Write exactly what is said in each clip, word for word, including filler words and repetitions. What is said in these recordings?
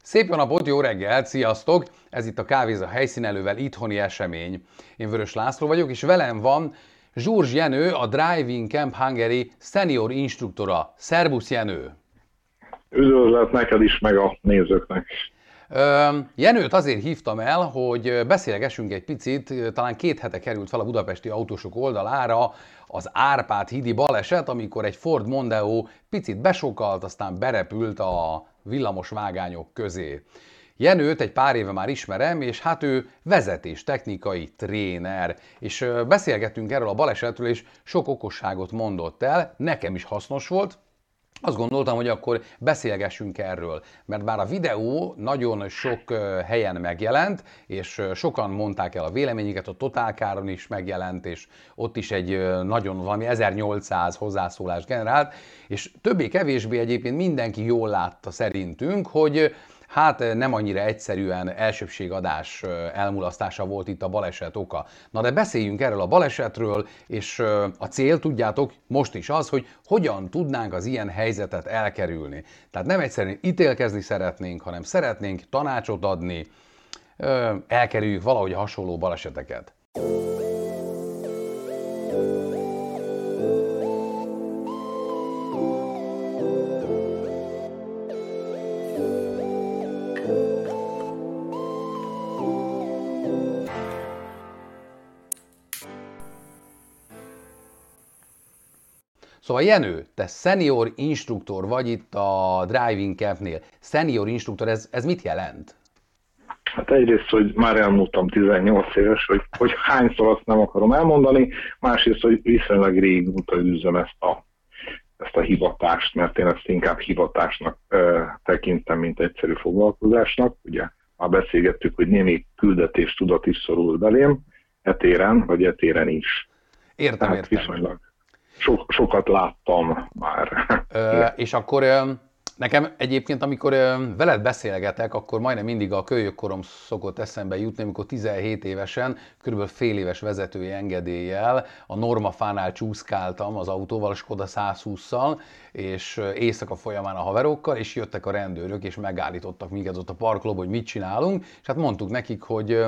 Szép jó napot, jó reggelt, sziasztok! Ez itt a Kávéza helyszínelővel itthoni esemény. Én Vörös László vagyok, és velem van Zsúrzs Jenő, a Driving Camp Hungary senior instruktora. Szerbusz, Jenő! Üdvözlet neked is, meg a nézőknek! Jenőt azért hívtam el, hogy beszélgessünk egy picit, talán két hete került fel a budapesti autósok oldalára az Árpád hídi baleset, amikor egy Ford Mondeo picit besokalt, aztán berepült a villamos vágányok közé. Jenőt egy pár éve már ismerem, és hát ő vezetéstechnikai tréner, és beszélgettünk erről a balesetről, és sok okosságot mondott el, nekem is hasznos volt. Azt gondoltam, hogy akkor beszélgessünk erről, mert bár a videó nagyon sok helyen megjelent, és sokan mondták el a véleményüket, a Total Car-on is megjelent, és ott is egy nagyon valami ezernyolcszáz hozzászólás generált, és többé-kevésbé egyébként mindenki jól látta szerintünk, hogy hát nem annyira egyszerűen elsőbbségadás elmulasztása volt itt a baleset oka. Na de beszéljünk erről a balesetről, és a cél, tudjátok, most is az, hogy hogyan tudnánk az ilyen helyzetet elkerülni. Tehát nem egyszerűen ítélkezni szeretnénk, hanem szeretnénk tanácsot adni, elkerüljük valahogy a hasonló baleseteket. Szóval Jenő, te senior instruktor vagy itt a Driving Campnél. Senior instruktor, ez, ez mit jelent? Hát egyrészt, hogy már elmúltam tizennyolc éves, hogy, hogy hányszor azt nem akarom elmondani, másrészt, hogy viszonylag régóta űzöm ezt a, ezt a hivatást, mert én ezt inkább hivatásnak ö, tekintem, mint egyszerű foglalkozásnak. Ugye már beszélgettük, hogy némi küldetéstudat is szorul belém, etéren, vagy etéren is. Értem, Tehát értem. Viszonylag. So, sokat láttam már. Ö, és akkor nekem egyébként, amikor veled beszélgetek, akkor majdnem mindig a kölyökkorom szokott eszembe jutni, amikor tizenhét évesen, körülbelül fél éves vezetői engedéllyel a Normafánál csúszkáltam az autóval, a Skoda száz hússzal, és éjszaka folyamán a haverokkal, és jöttek a rendőrök, és megállítottak minket ott a parkolóban, hogy mit csinálunk, és hát mondtuk nekik, hogy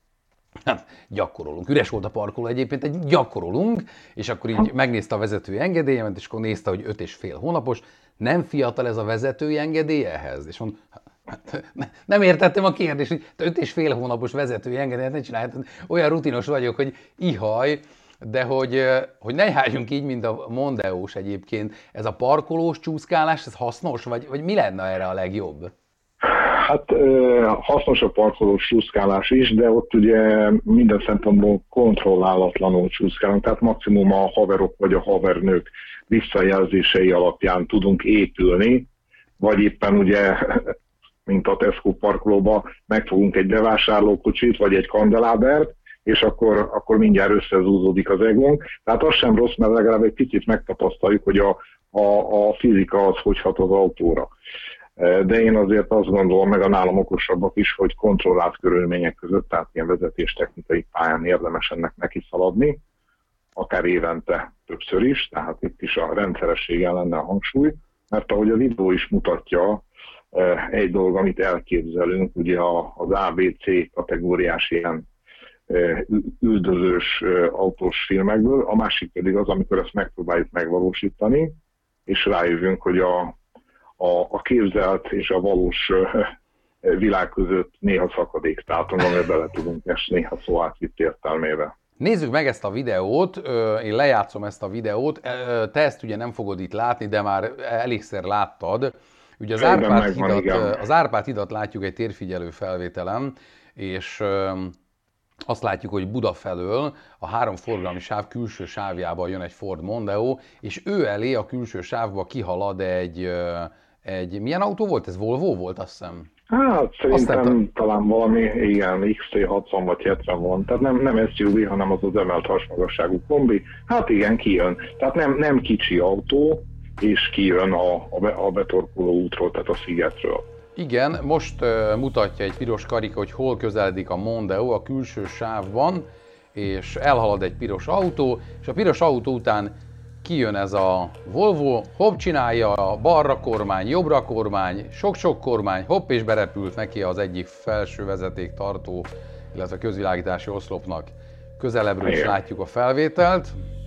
hát gyakorolunk. Üres volt a parkoló egyébként, egy gyakorolunk, és akkor így megnézte a vezetői engedélyemet, és akkor nézte, hogy öt és fél hónapos. Nem fiatal ez a vezetői engedély ehhez? És mond, nem értettem a kérdést, hogy te öt és fél hónapos vezetői engedélyet ne csinálj. Olyan rutinos vagyok, hogy ihaj, de hogy, hogy ne járjunk így, mint a Mondeós egyébként. Ez a parkolós csúszkálás, ez hasznos, vagy, vagy mi lenne erre a legjobb? Hát hasznos a parkolós csúszkálás is, de ott ugye minden szempontból kontrollálatlanul csúszkálunk, tehát maximum a haverok vagy a havernők visszajelzései alapján tudunk épülni, vagy éppen ugye, mint a Tesco parkolóba, megfogunk egy bevásárlókocsit, vagy egy kandelábert, és akkor, akkor mindjárt összezúzódik az egónk. Tehát az sem rossz, mert legalább egy picit megtapasztaljuk, hogy a, a, a fizika az hogy hat az autóra. De én azért azt gondolom, meg a nálam okosabbak is, hogy kontrollált körülmények között, tehát ilyen vezetéstechnikai pályán érdemes ennek neki szaladni, akár évente többször is, tehát itt is a rendszerességen lenne a hangsúly, mert ahogy a videó is mutatja, egy dolog, amit elképzelünk, ugye az á bé cé kategóriás ilyen üldözős autós filmekből, a másik pedig az, amikor ezt megpróbáljuk megvalósítani, és rájövünk, hogy a A, a képzelt és a valós világ között néha szakadéktáton, amiben bele tudunk esni a szó átvitt értelmével. Nézzük meg ezt a videót, én lejátszom ezt a videót, te ezt ugye nem fogod itt látni, de már elégszer láttad. Ugye az Árpád, hidat, az Árpád hidat látjuk egy térfigyelő felvételem, és azt látjuk, hogy Buda felől a három forgalmi sáv külső sávjában jön egy Ford Mondeo, és ő elé a külső sávba kihalad egy, egy milyen autó volt? Ez Volvo volt, azt hiszem? Hát szerintem nem talán valami, igen, iksz té hatvan vagy hetven van, tehát nem, nem es u vé, hanem az az emelt hasmagasságú kombi. Hát igen, kijön. Tehát nem, nem kicsi autó, és kijön a, a, a betorkoló útról, tehát a szigetről. Igen, most uh, mutatja egy piros karika, hogy hol közeledik a Mondeo a külső sávban, és elhalad egy piros autó, és a piros autó után kijön ez a Volvo, hopp csinálja, balra kormány, jobbra kormány, sok-sok kormány, hopp és berepült neki az egyik felső vezeték tartó, illetve közvilágítási oszlopnak. Közelebbről is látjuk a felvételt.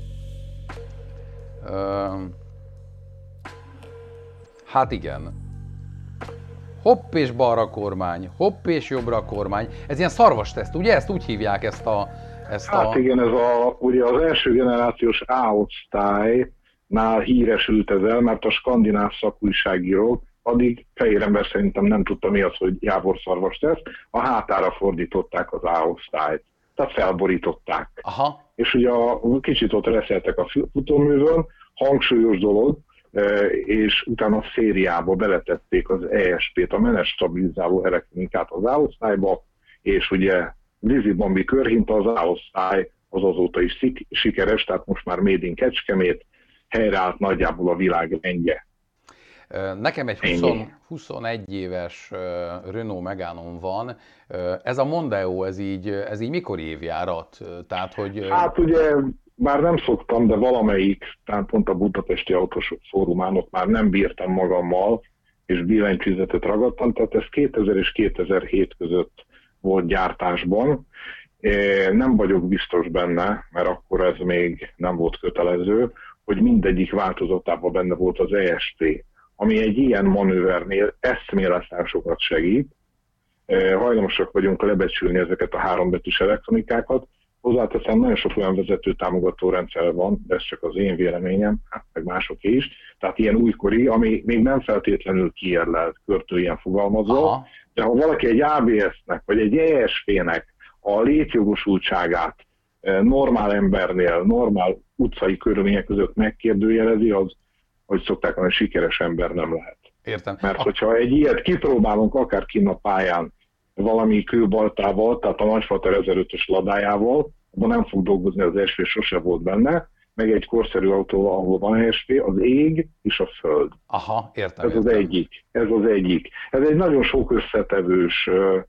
Hát igen. Hopp és balra kormány, hopp és jobbra kormány. Ez ilyen szarvasteszt, ugye? Ezt úgy hívják, ezt a... Ezt hát a... igen, ez a, ugye az első generációs A-osztálynál híresült ez el, mert a skandináv szakújságírók addig fehér ember szerintem nem tudta mi az, hogy Jávor szarvasteszt, a hátára fordították az A-osztályt. Tehát felborították. Aha. És ugye a, kicsit ott reszeltek a futóművön, hangsúlyos dolog, és utána a szériába beletették az E S P-t, a menetstabilizáló elektronikát az A-osztályba, és ugye Lizi Bambi körhinta, az A-osztály az azóta is szik, sikeres, tehát most már Made in Kecskemét, helyreállt nagyjából a világ rendje. Nekem egy húsz, huszonegy éves Renault Megane van. Ez a Mondeo, ez így, ez így mikor évjárat? Tehát, hogy... Hát ugye már nem szoktam, de valamelyik, tehát pont a Budapesti Autós Fórumán ott már nem bírtam magammal, és billentyűzetet ragadtam, tehát ez kétezer és kétezer-hét között volt gyártásban. Nem vagyok biztos benne, mert akkor ez még nem volt kötelező, hogy mindegyik változatában benne volt az E S P, ami egy ilyen manővernél eszméletlen sokat segít. Hajlamosak vagyunk lebecsülni ezeket a hárombetűs elektronikákat. Hozzáteszem, nagyon sok olyan vezető támogató rendszer van, de ez csak az én véleményem, hát meg másoké is. Tehát ilyen újkori, ami még nem feltétlenül kiérlelt, körtő ilyen fogalmazva. Aha. De ha valaki egy á bé es-nek vagy egy E S P-nek a létjogosultságát normál embernél, normál utcai körülmények között megkérdőjelezi, az, hogy szokták mondani, sikeres ember nem lehet. Értem. Mert hogyha egy ilyet kipróbálunk akár kinn a pályán valami kőbaltával, tehát a Nagyfater ezerötös ladájával, abban nem fog dolgozni, az E S P sose volt benne, meg egy korszerű autó, ahol van E S P, az ég és a föld. Aha, értem. Ez értem. az egyik. Ez az egyik. Ez egy nagyon sok összetevős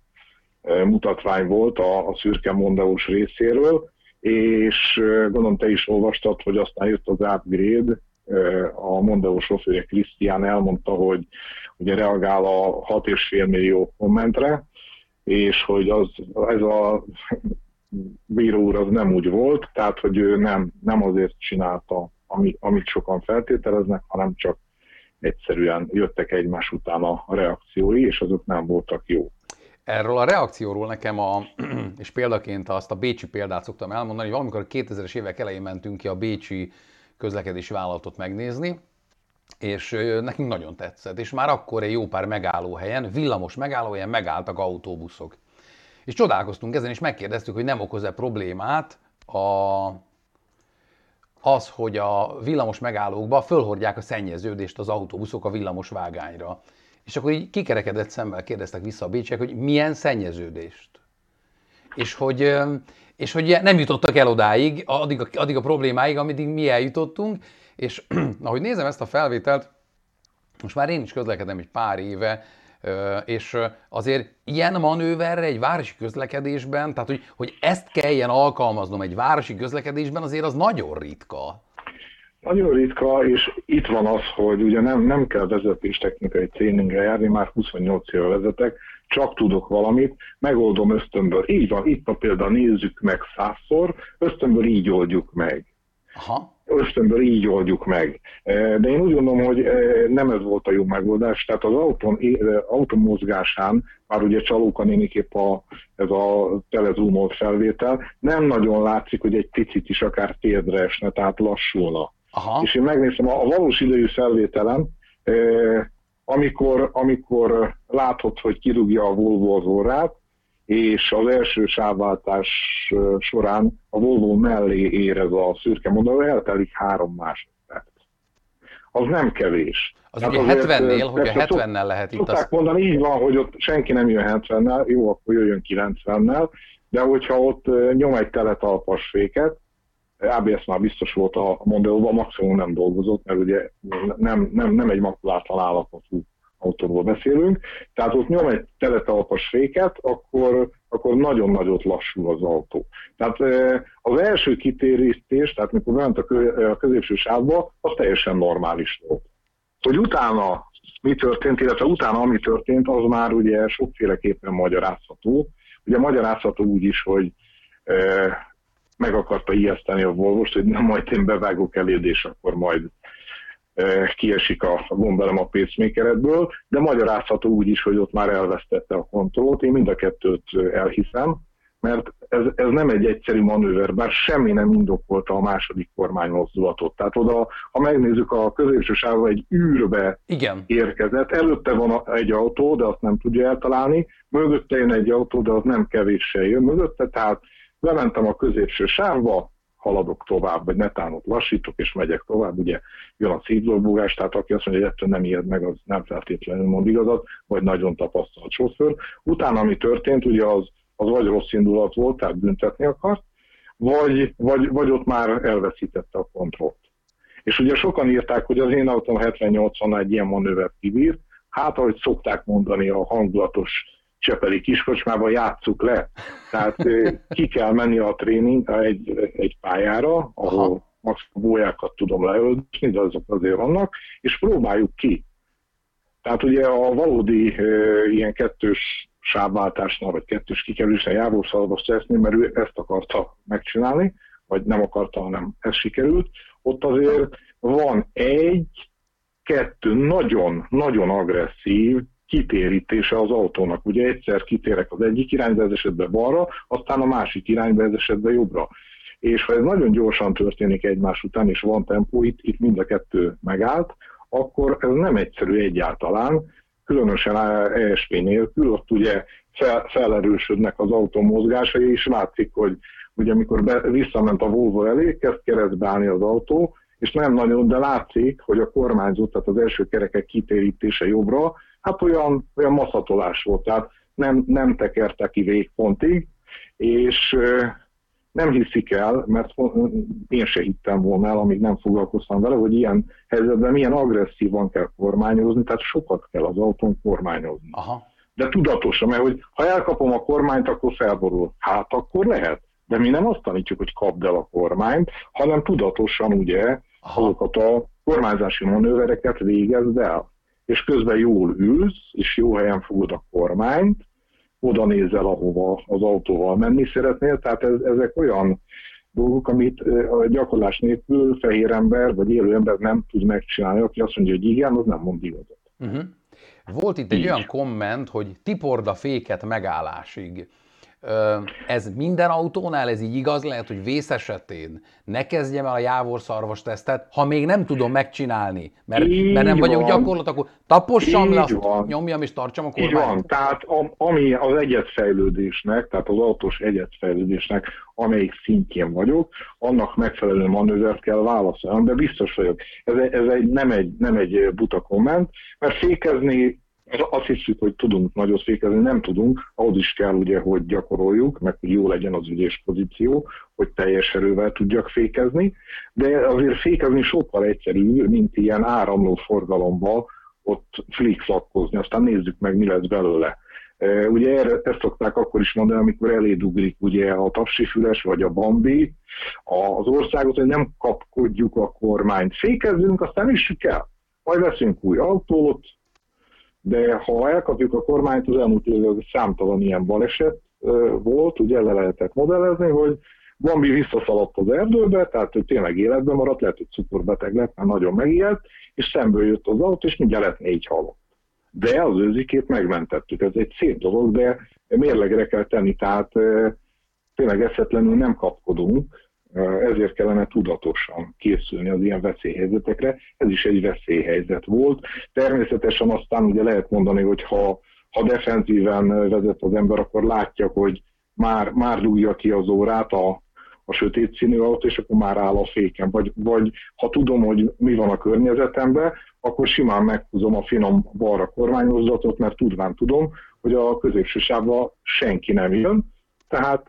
mutatvány volt a, a szürke Mondeós részéről, és gondolom te is olvastad, hogy aztán jött az upgrade, a Mondeo sofőrje Krisztián elmondta, hogy ugye reagál a hat és fél millió kommentre, és hogy az, ez a bíró úr az nem úgy volt, tehát hogy ő nem, nem azért csinálta, ami, amit sokan feltételeznek, hanem csak egyszerűen jöttek egymás után a reakciói, és azok nem voltak jó. Erről a reakcióról nekem, a, és példaként azt a bécsi példát szoktam elmondani, hogy valamikor a kétezres évek elején mentünk ki a bécsi közlekedési vállalatot megnézni, és nekünk nagyon tetszett, és már akkor egy jó pár megállóhelyen, villamos megállóhelyen megálltak autóbuszok. És csodálkoztunk ezen, és megkérdeztük, hogy nem okoz-e problémát a, az, hogy a villamos megállókba fölhordják a szennyeződést az autóbuszok a villamos vágányra. És akkor így kikerekedett szemmel kérdeztek vissza a bécsiek, hogy milyen szennyeződést. És hogy, és hogy nem jutottak el odáig, addig a, addig a problémáig, ameddig mi eljutottunk. És ahogy nézem ezt a felvételt, most már én is közlekedem egy pár éve, és azért ilyen manőverre egy városi közlekedésben, tehát hogy, hogy ezt kelljen alkalmaznom egy városi közlekedésben, azért az nagyon ritka. Nagyon ritka, és itt van az, hogy ugye nem, nem kell vezetéstechnikai tréningre járni, már huszonnyolc éve vezetek, csak tudok valamit, megoldom ösztönből. Így van, itt a példa, nézzük meg százszor, ösztönből így oldjuk meg. Aha. Ösztönből így oldjuk meg. De én úgy gondolom, hogy nem ez volt a jó megoldás. Tehát az autón, autó mozgásán, már ugye Csalóka néniképp a, ez a telezoomolt felvétel, nem nagyon látszik, hogy egy picit is akár térdre esne, tehát lassulna. Aha. És én megnéztem a, a valós idejű felvételen, amikor, amikor látod, hogy kirúgja a Volvo az orrát, és az első sávváltás során a Volvo mellé ér ez a szürke Mondeo, eltelik három másodperc. Az nem kevés. Az hát ugye hetvennél, hogy a hetvennel lehet itt az... mondani, így van, hogy ott senki nem jön hetvennel, jó, akkor jöjjön kilencvennel, de hogyha ott nyom egy teletalpas féket, á bé es már biztos volt a Mondeóban, maximum nem dolgozott, mert ugye nem, nem, nem egy makulátlan állapotú autóról beszélünk, tehát ott nyom egy teletalpas féket, akkor, akkor nagyon nagyot lassul az autó. Tehát az első kitérítés, tehát mikor bement a középső sávba, az teljesen normális volt. Hogy utána mi történt, illetve utána ami történt, az már ugye sokféleképpen magyarázható. Ugye magyarázható úgy is, hogy meg akarta ijeszteni a Volvost, hogy nem, majd én bevágok eléd, és akkor majd kiesik a gombelem a pacemakeredből, de magyarázható úgy is, hogy ott már elvesztette a kontrollt. Én mind a kettőt elhiszem, mert ez, ez nem egy egyszerű manőver, bár semmi nem indokolta a második kormánymozdulatot. Tehát oda, ha megnézzük, a középső sávba egy űrbe Igen. érkezett, előtte van egy autó, de azt nem tudja eltalálni, mögötte jön egy autó, de az nem kevéssel jön mögötte, tehát bementem a középső sávba, haladok tovább, vagy netán ott lassítok, és megyek tovább, ugye jön a szívdobogás, tehát aki azt mondja, hogy ettől nem ijed meg, az nem feltétlenül mond igazat, vagy nagyon tapasztalt sofőr. Utána, ami történt, ugye az, az vagy rossz indulat volt, tehát büntetni akart, vagy, vagy, vagy ott már elveszítette a kontrollt. És ugye sokan írták, hogy az én autóm hetven-nyolcvan egy ilyen manővert kibír, hát ahogy szokták mondani a hangulatos csepeli kiskocsmába, játsszuk le. Tehát ki kell menni a tréning egy, egy pályára, ahol max bójákat tudom leöldösni, de azok azért vannak, és próbáljuk ki. Tehát ugye a valódi e, ilyen kettős sávváltásnál, vagy kettős kikerülésnél Jávorszalvas tesznél, mert ő ezt akarta megcsinálni, vagy nem akarta, hanem ez sikerült. Ott azért van egy, kettő nagyon-nagyon agresszív kitérítése az autónak. Ugye egyszer kitérek az egyik irányba, ez esetben balra, aztán a másik irányba, ez esetben jobbra. És ha ez nagyon gyorsan történik egymás után, és van tempó, itt, itt mind a kettő megállt, akkor ez nem egyszerű egyáltalán, különösen é es pé nélkül, ott ugye fel, felerősödnek az autó mozgásai, és látszik, hogy ugye amikor be, visszament a Volvo elé, kezd keresztbe állni az autó, és nem nagyon, de látszik, hogy a kormányzó, tehát az első kerekek kitérítése jobbra, hát olyan, olyan maszatolás volt, tehát nem, nem tekerte ki végpontig, és nem hiszik el, mert én se hittem volna el, amíg nem foglalkoztam vele, hogy ilyen helyzetben milyen agresszívan kell kormányozni, tehát sokat kell az autón kormányozni. Aha. De tudatosan, mert hogy ha elkapom a kormányt, akkor felborul. Hát akkor lehet. De mi nem azt tanítjuk, hogy kapd el a kormányt, hanem tudatosan ugye Aha. azokat a kormányzási manővereket végezd el. És közben jól ülsz, és jó helyen fogod a kormányt, oda nézel, ahova az autóval menni szeretnél, tehát ez, ezek olyan dolgok, amit a gyakorlás nélkül fehér ember, vagy élő ember nem tud megcsinálni, aki azt mondja, hogy igen, az nem mond igazat. Uh-huh. Volt itt egy Így. olyan komment, hogy tipord a féket megállásig. Ez minden autónál ez így igaz lehet, hogy vész esetén ne kezdjem el a jávorszarvas tesztet, ha még nem tudom megcsinálni, mert, mert nem vagyok gyakorlat, akkor tapossam le, azt nyomjam és tartsam a kormányt. Így van, tehát ami az egyetfejlődésnek, tehát az autós egyetfejlődésnek, amelyik szintjén vagyok, annak megfelelő manővert kell válaszolnom, de biztos vagyok. Ez, ez egy, nem, egy, nem egy buta komment, mert fékezni azt hiszük, hogy tudunk nagyot fékezni, nem tudunk, ahhoz is kell ugye, hogy gyakoroljuk, meg hogy jó legyen az ügyés pozíció, hogy teljes erővel tudjak fékezni, de azért fékezni sokkal egyszerűbb, mint ilyen áramló forgalomban ott flikszakkozni, aztán nézzük meg, mi lesz belőle. Ugye erre, ezt szokták akkor is mondani, amikor eléd ugrik ugye a tapsifüles vagy a bambi az országot, hogy nem kapkodjuk a kormányt. Fékezzünk, aztán üssük el. Majd veszünk új autót, de ha elkapjuk a kormányt, az elmúlt években számtalan ilyen baleset volt, ugye le lehetett modellezni, hogy Bambi visszaszaladt az erdőbe, tehát ő tényleg életben maradt, lehet, hogy cukorbeteg lett, mert nagyon megijedt, és szemből jött az autó, és mindjárt lett négy halott. De az őzikét megmentettük, ez egy szép dolog, de mérlegre kell tenni, tehát tényleg eszetlenül nem kapkodunk, ezért kellene tudatosan készülni az ilyen veszélyhelyzetekre. Ez is egy veszélyhelyzet volt. Természetesen aztán ugye lehet mondani, hogy ha, ha defenzíven vezet az ember, akkor látja, hogy már, már rúgja ki az órát a, a sötét színű autó, és akkor már áll a féken. Vagy, vagy ha tudom, hogy mi van a környezetemben, akkor simán meghúzom a finom balra kormányozzatot, mert tudván tudom, hogy a középső sávban senki nem jön, tehát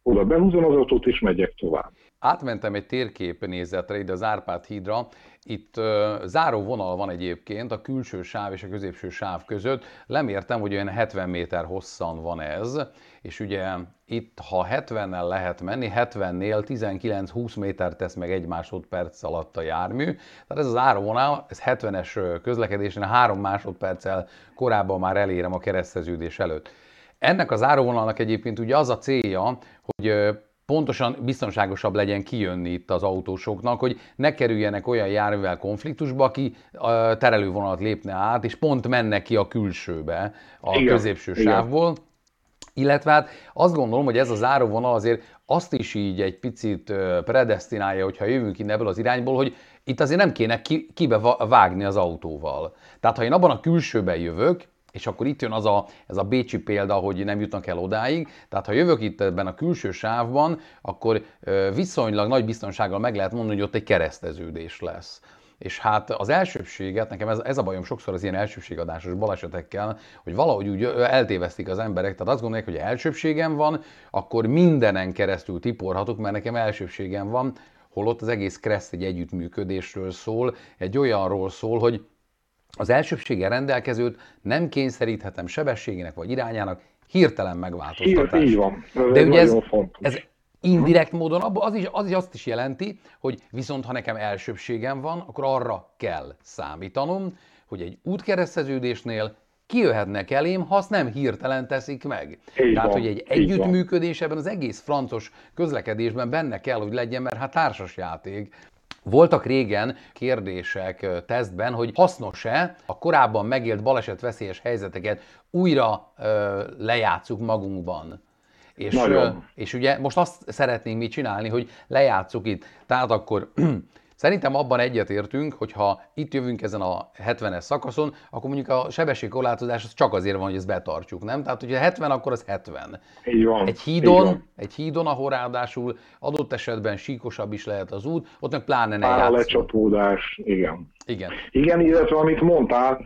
oda behúzom az autót, és megyek tovább. Átmentem egy térképnézetre ide az Árpád hídra. Itt uh, záró vonal van egyébként a külső sáv és a középső sáv között. Lemértem, hogy olyan hetven méter hosszan van ez, és ugye itt, ha hetvennel lehet menni, hetvennél tizenkilenc-húsz méter tesz meg egy másodperc alatt a jármű. Tehát ez az záróvonal, ez hetvenes közlekedésen három másodperccel korábban már elérem a kereszteződés előtt. Ennek az záróvonalnak egyébként ugye az a célja, hogy pontosan biztonságosabb legyen kijönni itt az autósoknak, hogy ne kerüljenek olyan járművel konfliktusba, aki a terelővonalat lépne át, és pont menne ki a külsőbe, a igen, középső igen. sávból. Illetve hát azt gondolom, hogy ez a záróvonal azért azt is így egy picit predesztinálja, hogyha jövünk innen ebből az irányból, hogy itt azért nem kéne ki, kibe vágni az autóval. Tehát ha én abban a külsőben jövök, és akkor itt jön az a, ez a bécsi példa, hogy nem jutnak el odáig. Tehát ha jövök itt ebben a külső sávban, akkor viszonylag nagy biztonsággal meg lehet mondani, hogy ott egy kereszteződés lesz. És hát az elsőbséget, nekem ez, ez a bajom sokszor az ilyen elsőbségadásos balesetekkel, hogy valahogy úgy eltévesztik az emberek, tehát azt gondolják, hogy elsőbségem van, akkor mindenen keresztül tiporhatok, mert nekem elsőbségem van, holott az egész kereszt egy együttműködésről szól, egy olyanról szól, hogy az elsőbséggel rendelkezőt nem kényszeríthetem sebességének vagy irányának, hirtelen megváltoztatás. Így van. Ez De ugye ez, ez indirekt módon az is, az is azt is jelenti, hogy viszont ha nekem elsőbségem van, akkor arra kell számítanom, hogy egy útkereszteződésnél kijöhetnek elém, ha azt nem hirtelen teszik meg. Így Tehát, van, hogy egy együttműködés ebben az egész francos közlekedésben benne kell, hogy legyen, mert hát társas játék. Voltak régen kérdések tesztben, hogy hasznos-e a korábban megélt balesetveszélyes helyzeteket újra ö, lejátszuk magunkban. És, ö, és ugye most azt szeretnénk mi csinálni, hogy lejátszuk itt. Tehát akkor szerintem abban egyetértünk, hogy ha itt jövünk ezen a hetvenes szakaszon, akkor mondjuk a sebességkorlátozás az csak azért van, hogy ezt betartsuk, nem? Tehát, hogyha hetven, akkor az hetven. Így van. Egy hídon, így van. egy hídon, ahol ráadásul adott esetben síkosabb is lehet az út, ott meg pláne ne játszunk. játszunk. Lecsapódás, igen. Igen. Igen, illetve amit mondtál,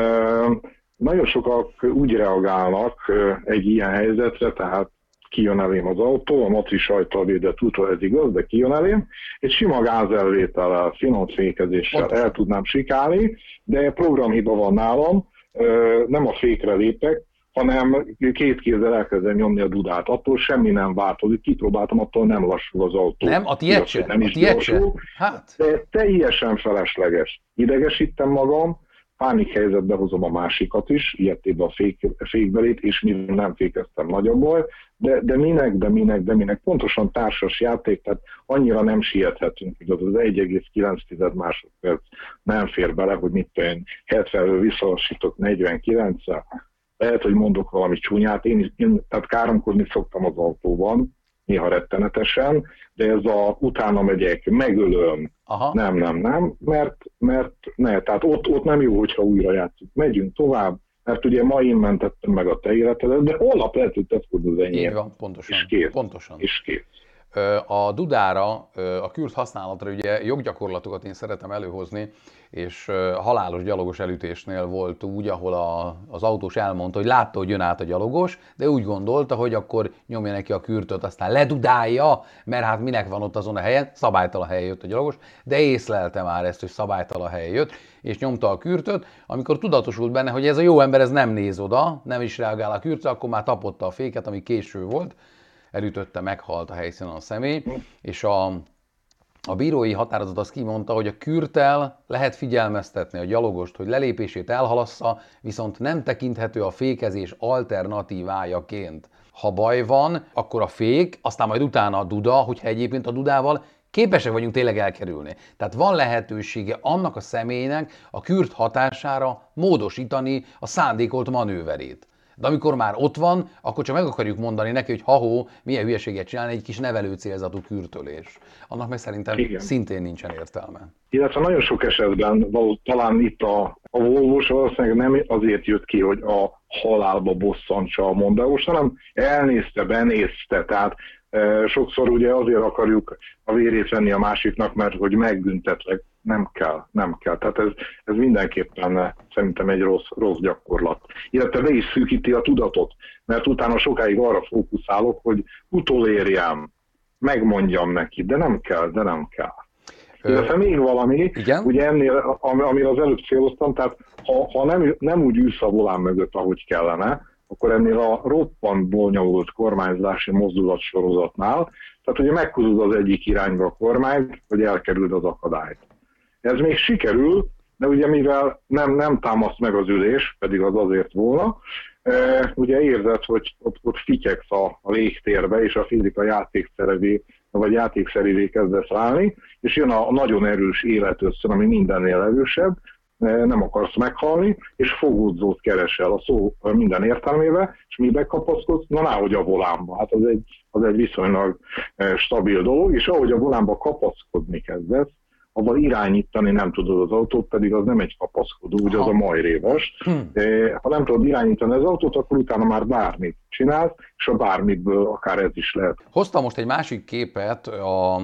nagyon sokak úgy reagálnak egy ilyen helyzetre, tehát kijön elém az autó, a maci ajtól védett útra, ez igaz, de kijön elém, egy sima gázelvétellel, finom fékezéssel el tudnám sikálni, de programhiba van nálam, nem a fékre lépek, hanem két kézzel elkezdem nyomni a dudát. Attól semmi nem változik, kipróbáltam, attól nem lassul az autó. Nem, a tiéd se, nem a is tiéd se. Hát. De teljesen felesleges. Idegesítem magam, pánikhelyzetbe hozom a másikat is, ilyettében a fék, fékbelét, és mivel nem fékeztem, nagyobb baj, de, de minek, de minek, de minek, pontosan társas játék, tehát annyira nem siethetünk, hogy az egy egész kilenc másodperc nem fér bele, hogy mit tudom, hetvenről visszalassítok negyvenkilenccel, lehet, hogy mondok valami csúnyát, én, én tehát káromkodni szoktam az autóban, néha rettenetesen, de ez a utána megyek, megölöm, aha. nem, nem, nem, mert, mert ne, tehát ott, ott nem jó, hogyha újra játszunk. Megyünk tovább, mert ugye ma én mentettem meg a te életedet, de holnap lehet, hogy te fogod az enyém. Így van, pontosan. És kész. pontosan. És kész. A dudára, a kürt használatra ugye joggyakorlatokat én szeretem előhozni, és halálos gyalogos elütésnél volt úgy, ahol a, az autós elmondta, hogy látta, hogy jön át a gyalogos, de úgy gondolta, hogy akkor nyomja neki a kürtöt, aztán ledudálja, mert hát minek van ott azon a helyen, szabálytalan helyen jött a gyalogos, de észlelte már ezt, hogy szabálytalan helyen jött, és nyomta a kürtöt. Amikor tudatosult benne, hogy ez a jó ember ez nem néz oda, nem is reagál a kürtre, akkor már tapotta a féket, ami késő volt, elütötte, meghalt a helyszínen a személy, és a, a bírói határozat azt kimondta, hogy a kürttel lehet figyelmeztetni a gyalogost, hogy lelépését elhalassza, viszont nem tekinthető a fékezés alternatívájaként. Ha baj van, akkor a fék, aztán majd utána a duda, hogyha egyébként a dudával képesek vagyunk tényleg elkerülni. Tehát van lehetősége annak a személynek a kürt hatására módosítani a szándékolt manőverét. De amikor már ott van, akkor csak meg akarjuk mondani neki, hogy ha-hó, milyen hülyeséget csinálni, egy kis nevelő célzatú kürtölés. Annak meg szerintem igen. szintén nincsen értelme. Illetve nagyon sok esetben, való, talán itt a, a Volvos valószínűleg nem azért jött ki, hogy a halálba bosszantsa a Mondeós, hanem elnézte, benézte, tehát Sokszor ugye azért akarjuk a vérét venni a másiknak, mert hogy megbüntetlek. Nem kell, nem kell. Tehát ez, ez mindenképpen szerintem egy rossz, rossz gyakorlat. Illetve be is szűkíti a tudatot, mert utána sokáig arra fókuszálok, hogy utolérjem, megmondjam neki, de nem kell, de nem kell. Illetve még valami, igen? ugye ennél, amire az előbb céloztam, tehát ha, ha nem, nem úgy ülsz a volán mögött, ahogy kellene, akkor ennél a roppant bonyolult kormányzási mozdulatsorozatnál, tehát ugye meghúzod az egyik irányba a kormányt, hogy elkerüld az akadályt. Ez még sikerül, de ugye mivel nem, nem támaszt meg az ülés, pedig az azért volna, e, ugye érzed, hogy ott, ott fityegsz a, a légtérbe, és a fizika játékszerevé, vagy játékszerévé kezdesz állni, és jön a, a nagyon erős életösszön, ami mindennél erősebb, nem akarsz meghalni, és fogódzót keresel a szó minden értelmébe, és mibe kapaszkodsz? Na, náhogy a volánba. Hát az egy, az egy viszonylag stabil dolog, és ahogy a volánba kapaszkodni kezdesz, avval irányítani nem tudod az autót, pedig az nem egy kapaszkodó, ugye az a majrévas. Hmm. Ha nem tudod irányítani az autót, akkor utána már bármit csinálsz, és a bármitből akár ez is lehet. Hoztam most egy másik képet, a,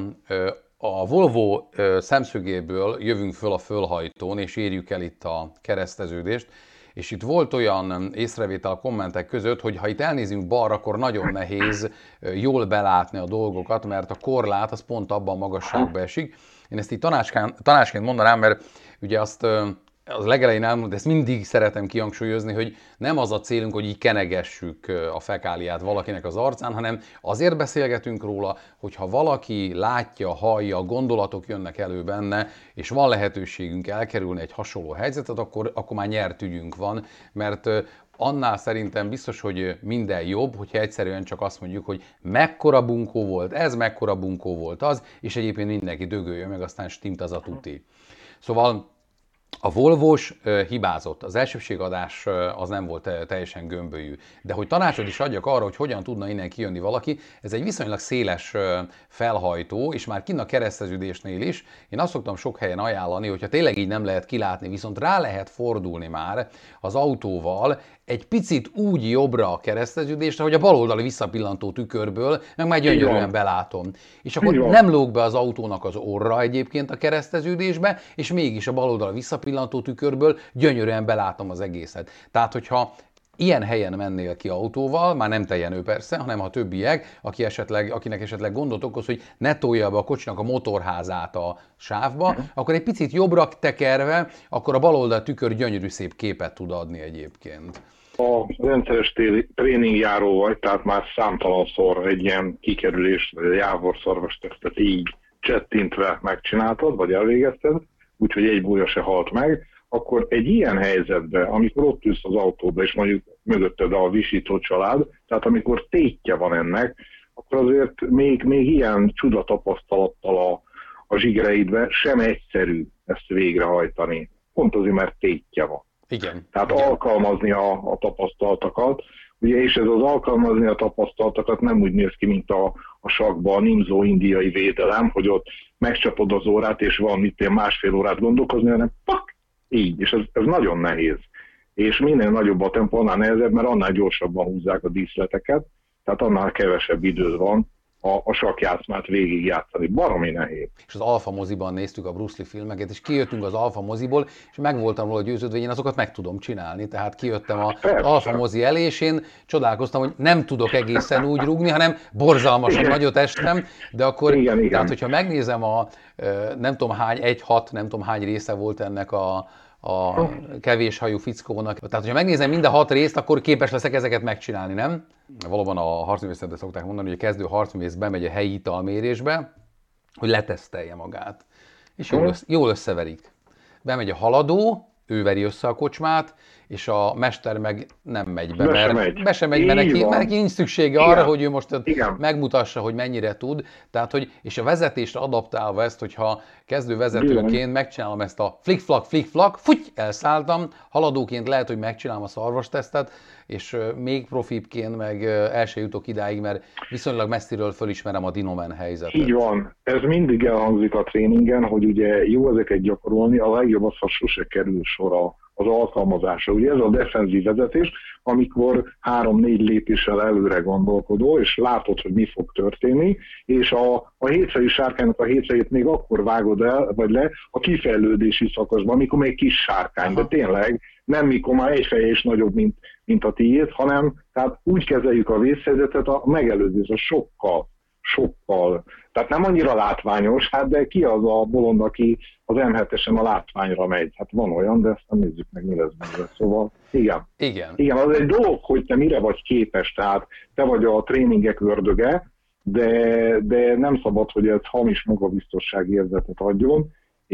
a Volvo szemszögéből jövünk föl a fölhajtón, és érjük el itt a kereszteződést, és itt volt olyan észrevétel a kommentek között, hogy ha itt elnézünk balra, akkor nagyon nehéz jól belátni a dolgokat, mert a korlát az pont abban a magasságba esik. Én ezt így tanácsként mondanám, mert ugye azt az legelején elmondom, de ezt mindig szeretem kihangsúlyozni, hogy nem az a célunk, hogy így kenegessük a fekáliát valakinek az arcán, hanem azért beszélgetünk róla, hogyha valaki látja, hallja, gondolatok jönnek elő benne, és van lehetőségünk elkerülni egy hasonló helyzetet, akkor, akkor már nyert ügyünk van, mert annál szerintem biztos, hogy minden jobb, hogyha egyszerűen csak azt mondjuk, hogy mekkora bunkó volt ez, mekkora bunkó volt az, és egyébként mindenki dögöljön meg, aztán stimmt az a tuti. Szóval a Volvós hibázott, az elsőbségadás az nem volt teljesen gömbölyű, de hogy tanácsot is adjak arra, hogy hogyan tudna innen kijönni valaki, ez egy viszonylag széles felhajtó, és már kinn a kereszteződésnél is, én azt szoktam sok helyen ajánlani, hogyha tényleg így nem lehet kilátni, viszont rá lehet fordulni már az autóval, egy picit úgy jobbra a kereszteződésre, hogy a baloldali visszapillantó tükörből meg már gyönyörűen belátom. És akkor nem lóg be az autónak az orra egyébként a kereszteződésbe, és mégis a baloldali visszapillantó tükörből gyönyörűen belátom az egészet. Tehát, hogyha ilyen helyen mennél ki autóval, már nem te Jenő persze, hanem ha többiek, aki esetleg, akinek esetleg gondot okoz, hogy ne tolja be a kocsinak a motorházát a sávba, uh-huh. akkor egy picit jobbra tekerve, akkor a baloldal tükör gyönyörű szép képet tud adni egyébként. A rendszeres tréningjáró vagy, tehát már számtalanszor egy ilyen kikerülés, vagy egy jávorszarvas tesztet így csettintve megcsináltad, vagy elvégezted, úgyhogy egy búja se halt meg, akkor egy ilyen helyzetben, amikor ott ülsz az autóba, és mondjuk mögötted a visító család, tehát amikor tétje van ennek, akkor azért még, még ilyen csudatapasztalattal a, a zsigereidben sem egyszerű ezt végrehajtani. Pont azért, mert tétje van. Igen. Tehát Igen. alkalmazni a, a tapasztalatokat, ugye, és ez az alkalmazni a tapasztalatokat nem úgy néz ki, mint a, a sakban a nimzó indiai védelem, hogy ott megcsapod az órát, és van mit én másfél órát gondolkozni, hanem pak, így, és ez, ez nagyon nehéz. És minél nagyobb a tempó, annál nehezebb, mert annál gyorsabban húzzák a díszleteket, tehát annál kevesebb időd van a, a sakkjátszmát végigjátszani. Baromi nehéz. És az Alfa moziban néztük a Bruce Lee filmeket, és kijöttünk az Alfa moziból, és meg voltam róla győződve, hogy én azokat meg tudom csinálni. Tehát kijöttem az Alfa mozi elé, és én csodálkoztam, hogy nem tudok egészen úgy rúgni, hanem borzalmasan igen. nagyot estem, de akkor, igen, igen. tehát hogyha megnézem a nem tudom hány, egy hat, nem tudom hány része volt ennek a a kevés hajú fickónak. Tehát, hogyha megnézem mind a hat részt, akkor képes leszek ezeket megcsinálni, nem? Valóban a harcművészetben szokták mondani, hogy a kezdő harcművész bemegy a helyi italmérésbe, hogy letesztelje magát. És jól, össze, jól összeverik. Bemegy a haladó, ő veri össze a kocsmát, és a mester meg nem megy be, be mert, sem megy. Be sem megy, mert neki, mert neki nincs szüksége igen. arra, hogy ő most igen. megmutassa, hogy mennyire tud. Tehát, hogy, és a vezetésre adaptálva ezt, hogyha kezdő vezetőként igen. megcsinálom ezt a flick-flak, flick-flak, futy, elszálltam, haladóként lehet, hogy megcsinálom a szarvastesztet, és még profibbként meg el se jutok idáig, mert viszonylag messziről fölismerem a dinomen helyzetet. Így van. Ez mindig elhangzik a tréningen, hogy ugye jó ezeket gyakorolni, a legjobb az, ha sose kerül sor a, az alkalmazása. Ugye ez a defenzív vezetés, amikor három-négy lépéssel előre gondolkodó, és látod, hogy mi fog történni, és a, a hétfejű sárkánynak a hétfejét még akkor vágod el, vagy le a kifejlődési szakaszban, amikor még kis sárkány, de tényleg nem mikor már egy feje is nagyobb, mint, mint a tiéd, hanem tehát úgy kezeljük a vészhelyzetet, a megelőzés a sokkal, sokkal, tehát nem annyira látványos, hát de ki az a bolond, aki az em hetesen a látványra megy? Hát van olyan, de ezt nem nézzük meg, mi lesz benne. Szóval igen. Igen. Igen, az egy dolog, hogy te mire vagy képes, tehát te vagy a tréningek ördöge, de, de nem szabad, hogy ez hamis magabiztossági érzetet adjon,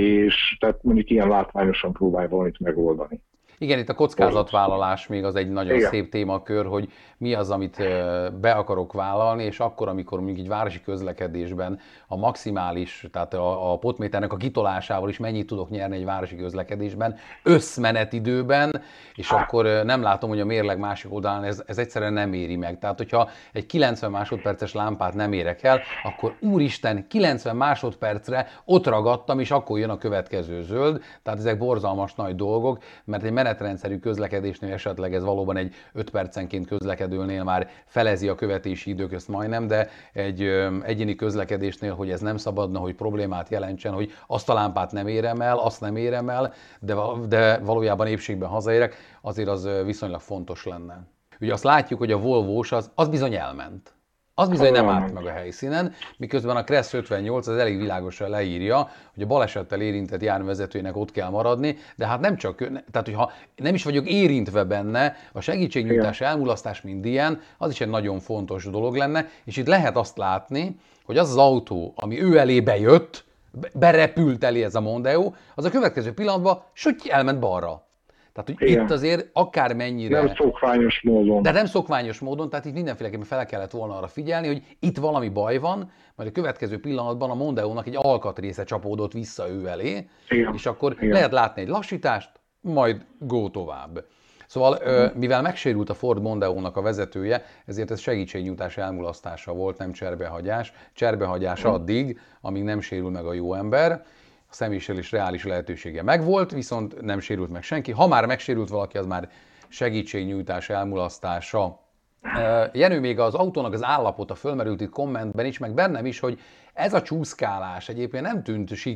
és tehát mondjuk ilyen látványosan próbálj valamit megoldani. Igen, itt a kockázatvállalás még az egy nagyon Igen. szép témakör, hogy mi az, amit be akarok vállalni, és akkor, amikor mondjuk egy városi közlekedésben a maximális, tehát a, a potméternek a kitolásával is mennyit tudok nyerni egy városi közlekedésben, összmenetidőben, és Há. akkor nem látom, hogy a mérleg másik oldalán ez, ez egyszerűen nem éri meg. Tehát, hogyha egy kilencven másodperces lámpát nem érek el, akkor úristen, kilencven másodpercre ott ragadtam, és akkor jön a következő zöld. Tehát ezek borzalmas nagy dolgok, mert egy menetrendszerű közlekedésnél esetleg ez valóban egy öt percenként közlekedőnél már felezi a követési időközt majdnem, de egy ö, egyéni közlekedésnél, hogy ez nem szabadna, hogy problémát jelentsen, hogy azt a lámpát nem érem el, azt nem érem el, de, de valójában épségben hazaérek, azért az viszonylag fontos lenne. Ugye azt látjuk, hogy a Volvós az, az bizony elment. Az bizony nem állt meg a helyszínen, miközben a Kressz ötvennyolc az elég világosan leírja, hogy a balesettel érintett járművezetőnek ott kell maradni, de hát nem csak, tehát hogyha nem is vagyok érintve benne, a segítségnyújtás, elmulasztás, mind ilyen, az is egy nagyon fontos dolog lenne, és itt lehet azt látni, hogy az az autó, ami ő elé bejött, berepült elé ez a Mondeo, az a következő pillanatban sütty elment balra. Tehát, hogy igen. Itt azért akármennyire... Nem szokványos módon. De nem szokványos módon, tehát itt mindenféleképpen fel kellett volna arra figyelni, hogy itt valami baj van, majd a következő pillanatban a Mondeónak egy alkatrésze csapódott vissza ő elé, igen. És akkor igen. Lehet látni egy lassítást, majd go tovább. Szóval, uh-huh. mivel megsérült a Ford Mondeónak a vezetője, ezért ez segítségnyújtás elmulasztása volt, nem cserbehagyás. Cserbehagyás uh-huh. addig, amíg nem sérül meg a jó ember. A személyiség reális lehetősége megvolt, viszont nem sérült meg senki. Ha már megsérült valaki, az már segítségnyújtás elmulasztása. Jenő, még az autónak az állapota fölmerült itt kommentben is, meg bennem is, hogy ez a csúszkálás egyébként nem tűnt sík